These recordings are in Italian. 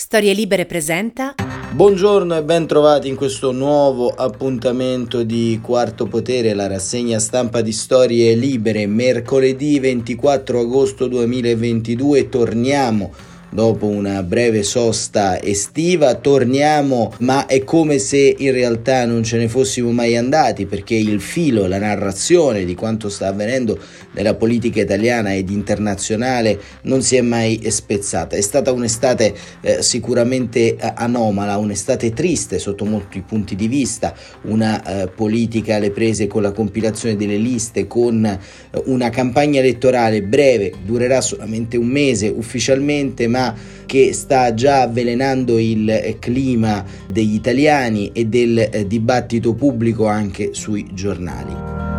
Storie Libere presenta. Buongiorno e ben trovati in questo nuovo appuntamento di Quarto Potere, la rassegna stampa di Storie Libere. Mercoledì 24 agosto 2022 torniamo. Dopo una breve sosta estiva torniamo, ma è come se in realtà non ce ne fossimo mai andati, perché il filo, la narrazione di quanto sta avvenendo nella politica italiana ed internazionale non si è mai spezzata. È stata un'estate sicuramente anomala, un'estate triste sotto molti punti di vista, una politica alle prese con la compilazione delle liste, con una campagna elettorale breve, durerà solamente un mese ufficialmente, ma che sta già avvelenando il clima degli italiani e del dibattito pubblico anche sui giornali.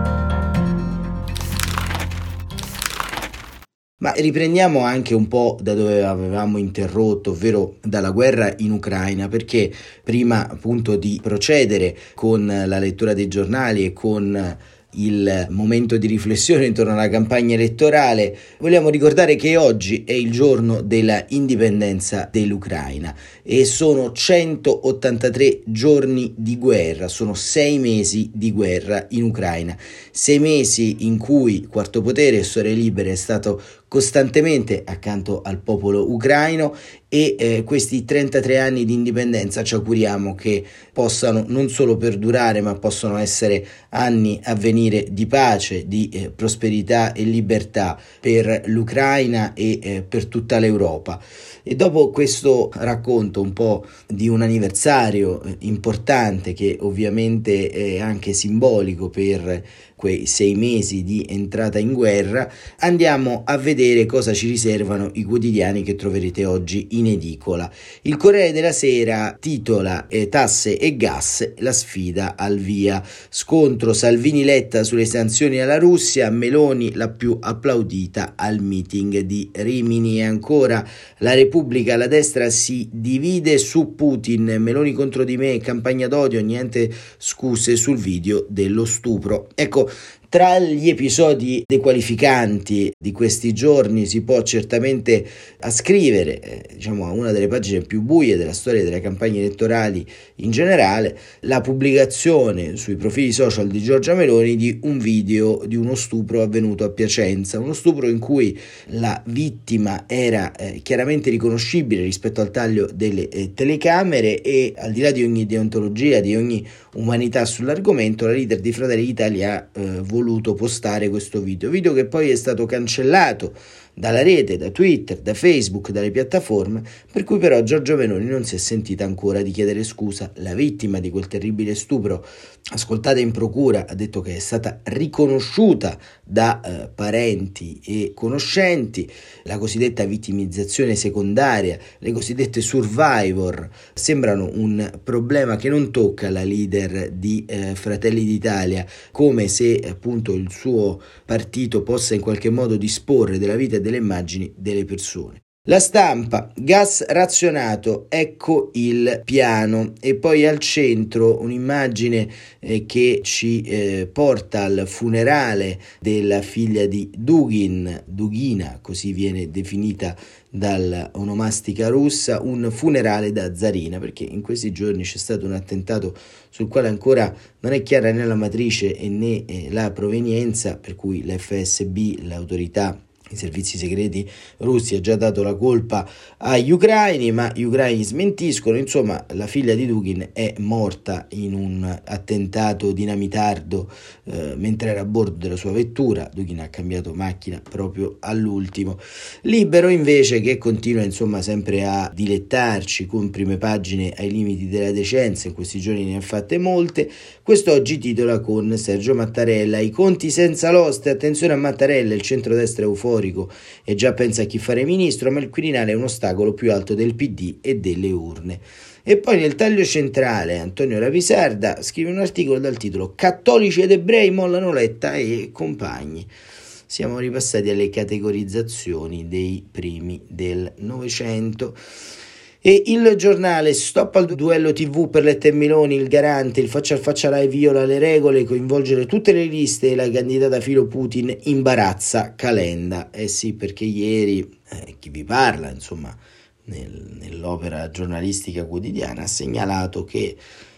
Ma riprendiamo anche un po' da dove avevamo interrotto, ovvero dalla guerra in Ucraina, perché prima appunto di procedere con la lettura dei giornali e con il momento di riflessione intorno alla campagna elettorale, vogliamo ricordare che oggi è il giorno della indipendenza dell'Ucraina e sono 183 giorni di guerra, sono 6 mesi di guerra in Ucraina, 6 mesi in cui Quarto Potere e Storie Libere è stato costantemente accanto al popolo ucraino e questi 33 anni di indipendenza ci auguriamo che possano non solo perdurare, ma possono essere anni a venire di pace, di prosperità e libertà per l'Ucraina e per tutta l'Europa. E dopo questo racconto un po' di un anniversario importante, che ovviamente è anche simbolico per quei 6 mesi di entrata in guerra, andiamo a vedere cosa ci riservano i quotidiani che troverete oggi in edicola. Il Corriere della Sera titola tasse e gas, la sfida al via. Scontro Salvini-Letta sulle sanzioni alla Russia, Meloni la più applaudita al meeting di Rimini. E ancora la Repubblica, la destra si divide su Putin, Meloni contro di me, campagna d'odio, niente scuse sul video dello stupro. Ecco, tra gli episodi dequalificanti di questi giorni si può certamente ascrivere, a una delle pagine più buie della storia delle campagne elettorali in generale, la pubblicazione sui profili social di Giorgia Meloni di un video di uno stupro avvenuto a Piacenza, uno stupro in cui la vittima era chiaramente riconoscibile rispetto al taglio delle telecamere e, al di là di ogni deontologia, di ogni umanità sull'argomento, la leader di Fratelli d'Italia ha voluto postare questo video che poi è stato cancellato dalla rete, da Twitter, da Facebook, dalle piattaforme, per cui però Giorgia Meloni non si è sentita ancora di chiedere scusa. La vittima di quel terribile stupro, ascoltata in procura, ha detto che è stata riconosciuta da parenti e conoscenti. La cosiddetta vittimizzazione secondaria, le cosiddette survivor, sembrano un problema che non tocca la leader di Fratelli d'Italia, come se appunto il suo partito possa in qualche modo disporre della vita e delle immagini delle persone. La Stampa, gas razionato, ecco il piano, e poi al centro un'immagine che ci porta al funerale della figlia di Dugina, così viene definita dall'onomastica russa, un funerale da zarina, perché in questi giorni c'è stato un attentato sul quale ancora non è chiara né la matrice né la provenienza, per cui l'FSB, l'autorità, i servizi segreti russi, ha già dato la colpa agli ucraini, ma gli ucraini smentiscono. Insomma, la figlia di Dugin è morta in un attentato dinamitardo mentre era a bordo della sua vettura. Dugin ha cambiato macchina proprio all'ultimo. Libero invece, che continua sempre a dilettarci con prime pagine ai limiti della decenza, in questi giorni ne ha fatte molte. Quest'oggi titola con Sergio Mattarella: i conti senza l'oste, attenzione a Mattarella, il centrodestra euforico e già pensa a chi fare ministro, ma il Quirinale è un ostacolo più alto del PD e delle urne. E poi nel taglio centrale Antonio Rapisarda scrive un articolo dal titolo "Cattolici ed ebrei mollano Letta e compagni". Siamo ripassati alle categorizzazioni dei primi del Novecento. E il Giornale: stop al duello TV per Letta e Meloni, il garante, il faccia a faccia Rai viola le regole, coinvolgere tutte le liste e la candidata filo Putin imbarazza Calenda. Sì, perché ieri chi vi parla nell'opera giornalistica quotidiana, ha segnalato che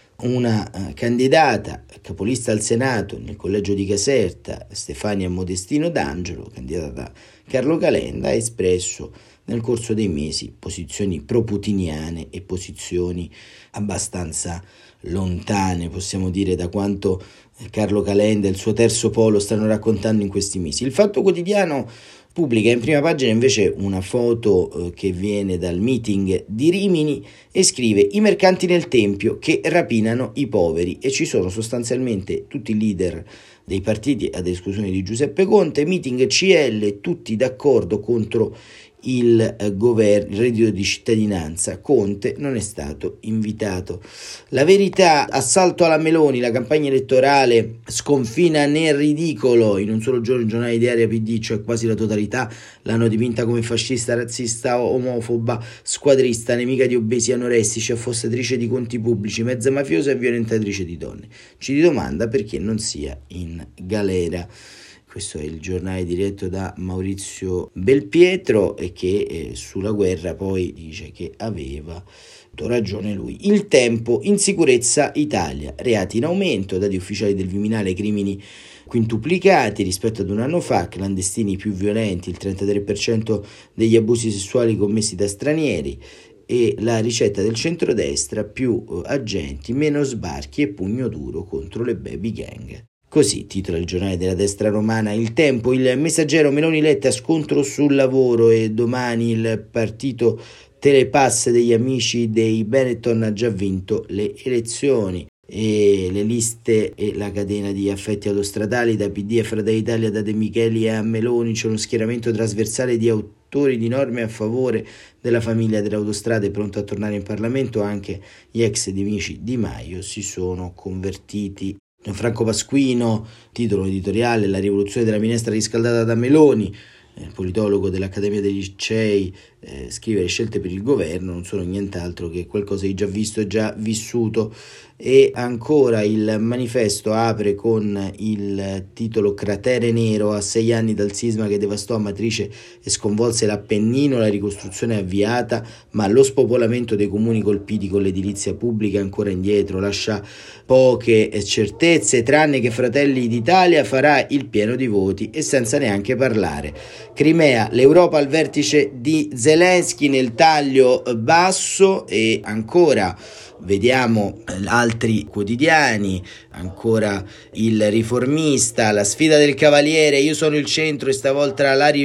una candidata capolista al Senato nel collegio di Caserta, Stefania Modestino D'Angelo, candidata da Carlo Calenda, ha espresso nel corso dei mesi posizioni pro-putiniane e posizioni abbastanza lontane, possiamo dire, da quanto Carlo Calenda e il suo terzo polo stanno raccontando in questi mesi. Il Fatto Quotidiano pubblica in prima pagina invece una foto che viene dal meeting di Rimini e scrive: i mercanti nel Tempio che rapinano i poveri, e ci sono sostanzialmente tutti i leader dei partiti ad esclusione di Giuseppe Conte, meeting CL tutti d'accordo contro il governo, il reddito di cittadinanza. Conte non è stato invitato. La Verità: assalto alla Meloni, la campagna elettorale sconfina nel ridicolo. In un solo giorno i giornali di area PD, cioè quasi la totalità, l'hanno dipinta come fascista, razzista, omofoba, squadrista, nemica di obesi, anoressici, affossatrice di conti pubblici, mezza mafiosa e violentatrice di donne. Ci domanda perché non sia in galera. Questo è il giornale diretto da Maurizio Belpietro e che sulla guerra poi dice che aveva ragione lui. Il Tempo: insicurezza Italia, reati in aumento, dati ufficiali del Viminale, crimini quintuplicati rispetto ad un anno fa, clandestini più violenti, il 33% degli abusi sessuali commessi da stranieri, e la ricetta del centrodestra: più agenti, meno sbarchi e pugno duro contro le baby gang. Così titola il giornale della destra romana. Il Tempo: il Messaggero, Meloni Letta, scontro sul lavoro, e domani il partito Telepass degli amici dei Benetton ha già vinto le elezioni. E le liste e la catena di affetti autostradali da PD e Fratelli d'Italia, da De Micheli a Meloni. C'è uno schieramento trasversale di autori di norme a favore della famiglia delle autostrade pronto a tornare in Parlamento. Anche gli ex nemici Di Maio si sono convertiti. Franco Pasquino, titolo editoriale: la rivoluzione della minestra riscaldata da Meloni. Il politologo dell'Accademia dei Lincei scrive: le scelte per il governo non sono nient'altro che qualcosa di già visto e già vissuto. E ancora il Manifesto apre con il titolo: cratere nero, a 6 anni dal sisma che devastò Amatrice e sconvolse l'Appennino, la ricostruzione è avviata, ma lo spopolamento dei comuni colpiti con l'edilizia pubblica ancora indietro lascia poche certezze, tranne che Fratelli d'Italia farà il pieno di voti e senza neanche parlare. Crimea: l'Europa al vertice di Zelensky nel taglio basso. E ancora vediamo altri quotidiani, ancora il Riformista: la sfida del Cavaliere, io sono il centro e stavolta la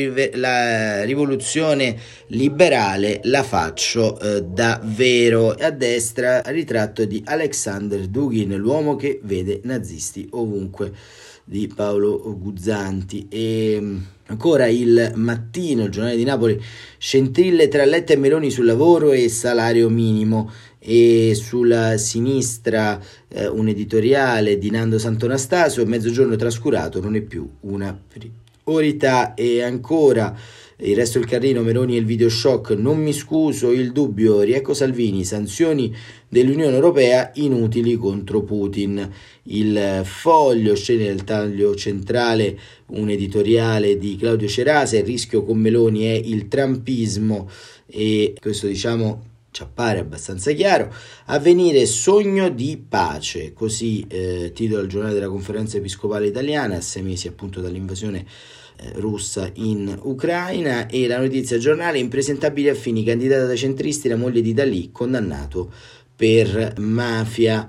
rivoluzione liberale la faccio davvero. A destra ritratto di Alexander Dugin, l'uomo che vede nazisti ovunque, di Paolo Guzzanti. E ancora il Mattino, il giornale di Napoli: scintille tra Letta e Meloni sul lavoro e salario minimo. E sulla sinistra un editoriale di Nando Santonastasio: mezzogiorno trascurato non è più una priorità. E ancora il Resto del Carlino: Meloni e il video shock, non mi scuso, il dubbio, riecco Salvini, sanzioni dell'Unione Europea inutili contro Putin. Il Foglio: scene del taglio centrale, un editoriale di Claudio Cerasa: il rischio con Meloni è il trumpismo. E questo, diciamo, ci appare abbastanza chiaro. Avvenire: sogno di pace, così titola il giornale della Conferenza Episcopale Italiana, a 6 mesi appunto dall'invasione russa in Ucraina. E la notizia giornale: impresentabili Affini, candidata da centristi, la moglie di Dalì condannato per mafia.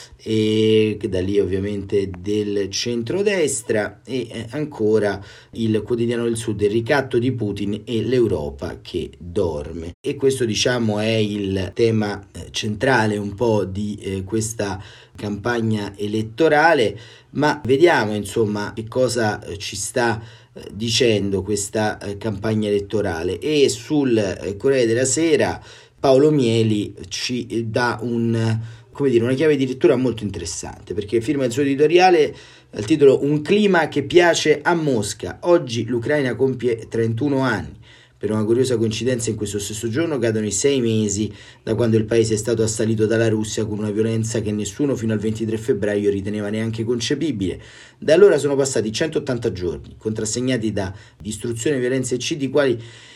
E da lì ovviamente del centrodestra. E ancora il Quotidiano del Sud: il ricatto di Putin e l'Europa che dorme. E questo, diciamo, è il tema centrale un po' di questa campagna elettorale. Ma vediamo insomma che cosa ci sta dicendo questa campagna elettorale. E sul Corriere della Sera Paolo Mieli ci dà una chiave di lettura molto interessante, perché firma il suo editoriale al titolo: un clima che piace a Mosca. Oggi l'Ucraina compie 31 anni. Per una curiosa coincidenza, in questo stesso giorno cadono i 6 mesi da quando il paese è stato assalito dalla Russia con una violenza che nessuno fino al 23 febbraio riteneva neanche concepibile. Da allora sono passati 180 giorni, contrassegnati da distruzione, violenza e eccidi, quali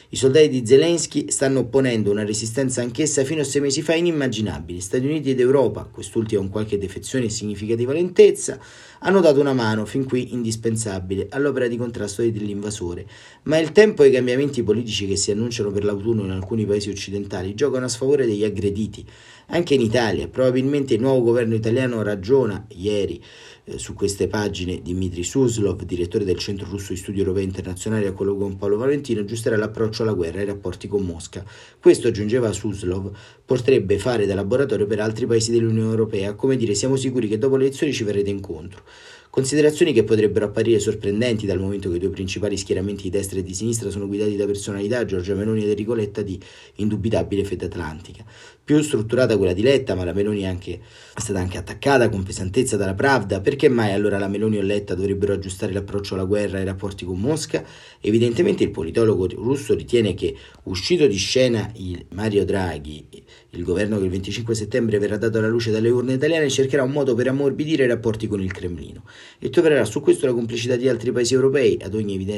I soldati di Zelensky stanno opponendo una resistenza anch'essa fino a 6 mesi fa inimmaginabile. Stati Uniti ed Europa, quest'ultima con qualche defezione e significativa lentezza, hanno dato una mano fin qui indispensabile all'opera di contrasto dell'invasore, ma il tempo e i cambiamenti politici che si annunciano per l'autunno in alcuni paesi occidentali giocano a sfavore degli aggrediti. Anche in Italia, probabilmente il nuovo governo italiano ragiona ieri su queste pagine. Dmitry Suslov, direttore del Centro Russo di Studi Europei Internazionali, a colloquio con Paolo Valentino, aggiusterà l'approccio alla guerra e ai rapporti con Mosca. Questo, aggiungeva Suslov, potrebbe fare da laboratorio per altri paesi dell'Unione Europea, come dire: siamo sicuri che dopo le elezioni ci verrete incontro. Considerazioni che potrebbero apparire sorprendenti dal momento che i due principali schieramenti di destra e di sinistra sono guidati da personalità, Giorgia Meloni ed Enrico Letta, di indubitabile fede atlantica. Più strutturata quella di Letta, ma la Meloni è stata anche attaccata con pesantezza dalla Pravda. Perché mai allora la Meloni o Letta dovrebbero aggiustare l'approccio alla guerra e ai rapporti con Mosca? Evidentemente il politologo russo ritiene che, uscito di scena il Mario Draghi, il governo che il 25 settembre verrà dato alla luce dalle urne italiane, cercherà un modo per ammorbidire i rapporti con il Cremlino e troverà su questo la complicità di altri paesi europei, ad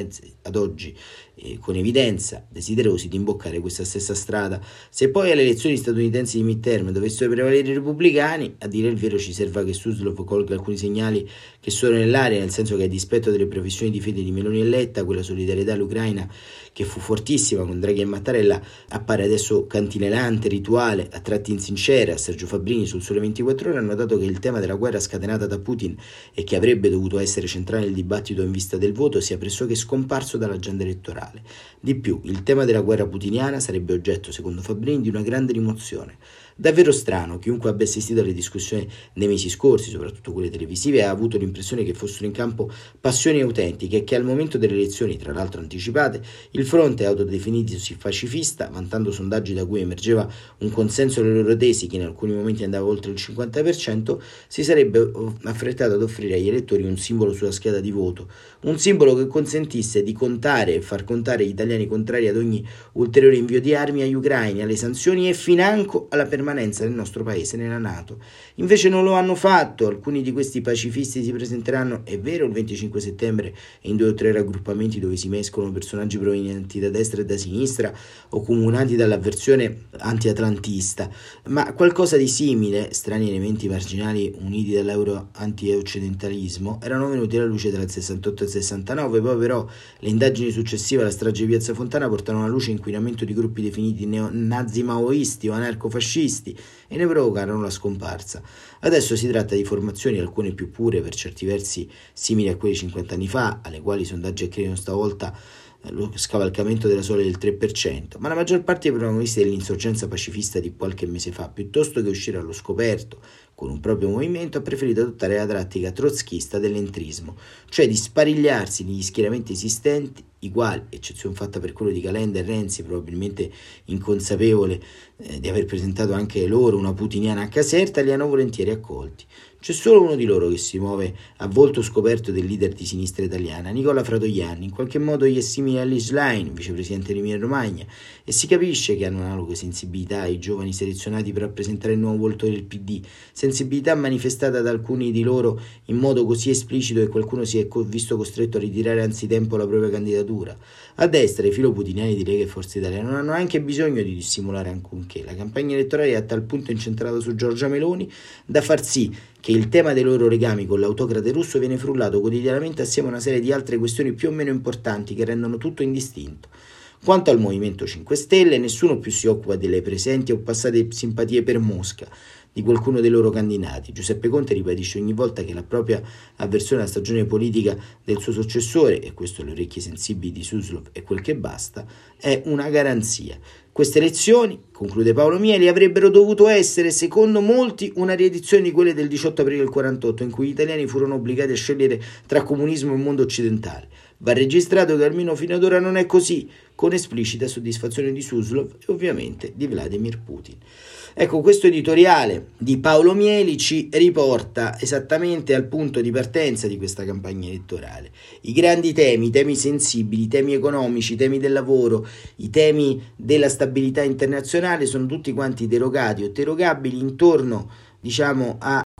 oggi con evidenza desiderosi di imboccare questa stessa strada. Se poi alle elezioni statunitensi di midterm dovessero prevalere i repubblicani, a dire il vero ci serva che Suslov colga alcuni segnali che sono nell'aria, nel senso che, a dispetto delle professioni di fede di Meloni e Letta, quella solidarietà all'Ucraina che fu fortissima con Draghi e Mattarella appare adesso cantilenante, rituale, a tratti insincera. Sergio Fabbrini sul Sole 24 Ore ha notato che il tema della guerra scatenata da Putin e che avrebbe dovuto essere centrale nel dibattito in vista del voto sia pressoché scomparso dall'agenda elettorale. Di più, il tema della guerra putiniana sarebbe oggetto, secondo Fabbrini, di una grande rimozione. Davvero strano, chiunque abbia assistito alle discussioni nei mesi scorsi, soprattutto quelle televisive, ha avuto l'impressione che fossero in campo passioni autentiche e che al momento delle elezioni, tra l'altro anticipate, il fronte autodefinitosi pacifista, vantando sondaggi da cui emergeva un consenso alle loro tesi che in alcuni momenti andava oltre il 50%, si sarebbe affrettato ad offrire agli elettori un simbolo sulla scheda di voto, un simbolo che consentisse di contare e far contare gli italiani contrari ad ogni ulteriore invio di armi agli ucraini, alle sanzioni e financo alla permanenza del nostro paese nella NATO. Invece non lo hanno fatto. Alcuni di questi pacifisti si presenteranno, è vero, il 25 settembre in 2 o 3 raggruppamenti dove si mescolano personaggi provenienti da destra e da sinistra o comunati dall'avversione anti-atlantista, ma qualcosa di simile, strani elementi marginali uniti dall'euro anti-occidentalismo, erano venuti alla luce tra il 68 e il 69. Poi però le indagini successive alla strage di Piazza Fontana portarono alla luce inquinamento di gruppi definiti neonazi maoisti o anarcofascisti e ne provocarono la scomparsa. Adesso si tratta di formazioni, alcune più pure, per certi versi simili a quelle 50 anni fa, alle quali i sondaggi credono stavolta lo scavalcamento della soglia del 3%, ma la maggior parte dei protagonisti dell'insorgenza pacifista di qualche mese fa, piuttosto che uscire allo scoperto con un proprio movimento, ha preferito adottare la tattica trotskista dell'entrismo, cioè di sparigliarsi negli schieramenti esistenti, i quali, eccezione fatta per quello di Calenda e Renzi, probabilmente inconsapevole di aver presentato anche loro una putiniana a Caserta, li hanno volentieri accolti. C'è solo uno di loro che si muove a volto scoperto del leader di sinistra italiana, Nicola Fratoianni. In qualche modo gli è simile a Liz Schlein, vicepresidente dell'Emilia Romagna, e si capisce che hanno analoghe sensibilità ai giovani selezionati per rappresentare il nuovo volto del PD, sensibilità manifestata da alcuni di loro in modo così esplicito che qualcuno si è visto costretto a ritirare anzitempo la propria candidatura. A destra i filoputiniani di Lega e Forza Italia non hanno neanche bisogno di dissimulare alcunché. La campagna elettorale è a tal punto incentrata su Giorgia Meloni da far sì che il tema dei loro legami con l'autocrate russo viene frullato quotidianamente assieme a una serie di altre questioni più o meno importanti che rendono tutto indistinto. Quanto al Movimento 5 Stelle, nessuno più si occupa delle presenti o passate simpatie per Mosca di qualcuno dei loro candidati. Giuseppe Conte ribadisce ogni volta che la propria avversione alla stagione politica del suo successore, e questo alle orecchie sensibili di Suslov è quel che basta, è una garanzia. Queste elezioni, conclude Paolo Mieli, avrebbero dovuto essere, secondo molti, una riedizione di quelle del 18 aprile del 48, in cui gli italiani furono obbligati a scegliere tra comunismo e mondo occidentale. Va registrato che almeno fino ad ora non è così, con esplicita soddisfazione di Suslov e ovviamente di Vladimir Putin. Ecco, questo editoriale di Paolo Mieli ci riporta esattamente al punto di partenza di questa campagna elettorale. I grandi temi, i temi sensibili, i temi economici, i temi del lavoro, i temi della stabilità internazionale sono tutti quanti derogati o derogabili intorno, a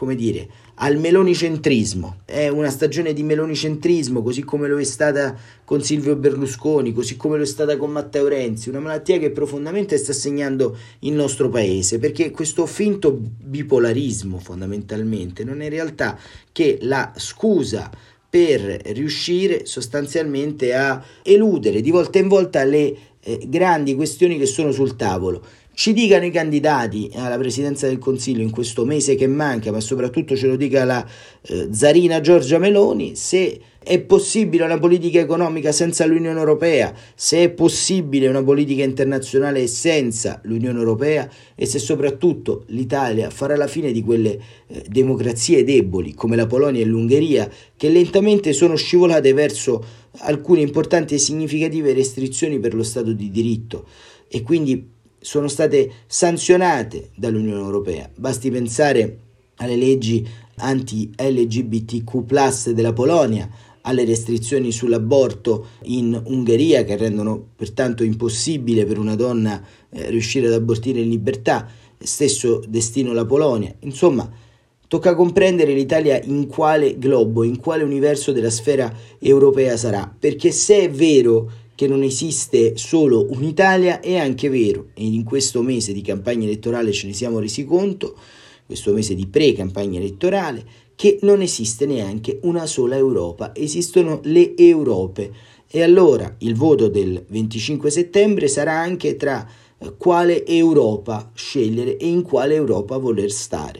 come dire, al melonicentrismo. È una stagione di melonicentrismo, così come lo è stata con Silvio Berlusconi, così come lo è stata con Matteo Renzi, una malattia che profondamente sta segnando il nostro paese, perché questo finto bipolarismo fondamentalmente non è in realtà che la scusa per riuscire sostanzialmente a eludere di volta in volta le grandi questioni che sono sul tavolo. Ci dicano i candidati alla presidenza del Consiglio in questo mese che manca, ma soprattutto ce lo dica la zarina Giorgia Meloni, se è possibile una politica economica senza l'Unione Europea, se è possibile una politica internazionale senza l'Unione Europea e se soprattutto l'Italia farà la fine di quelle democrazie deboli come la Polonia e l'Ungheria che lentamente sono scivolate verso alcune importanti e significative restrizioni per lo Stato di diritto e quindi sono state sanzionate dall'Unione Europea. Basti pensare alle leggi anti-LGBTQ+ della Polonia, alle restrizioni sull'aborto in Ungheria che rendono pertanto impossibile per una donna riuscire ad abortire in libertà, stesso destino la Polonia. Insomma, tocca comprendere l'Italia in quale globo, in quale universo della sfera europea sarà, perché se è vero che non esiste solo un'Italia, è anche vero, e in questo mese di campagna elettorale ce ne siamo resi conto, questo mese di pre-campagna elettorale, che non esiste neanche una sola Europa, esistono le Europe. E allora il voto del 25 settembre sarà anche tra quale Europa scegliere e in quale Europa voler stare.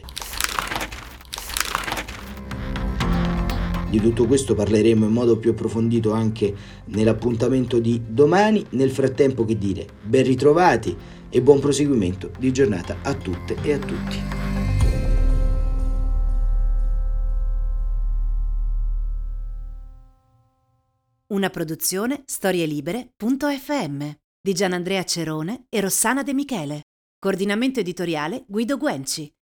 Di tutto questo parleremo in modo più approfondito anche nell'appuntamento di domani. Nel frattempo, che dire, ben ritrovati e buon proseguimento di giornata a tutte e a tutti. Una produzione storielibere.fm di Gianandrea Cerone e Rossana De Michele. Coordinamento editoriale Guido Guenci.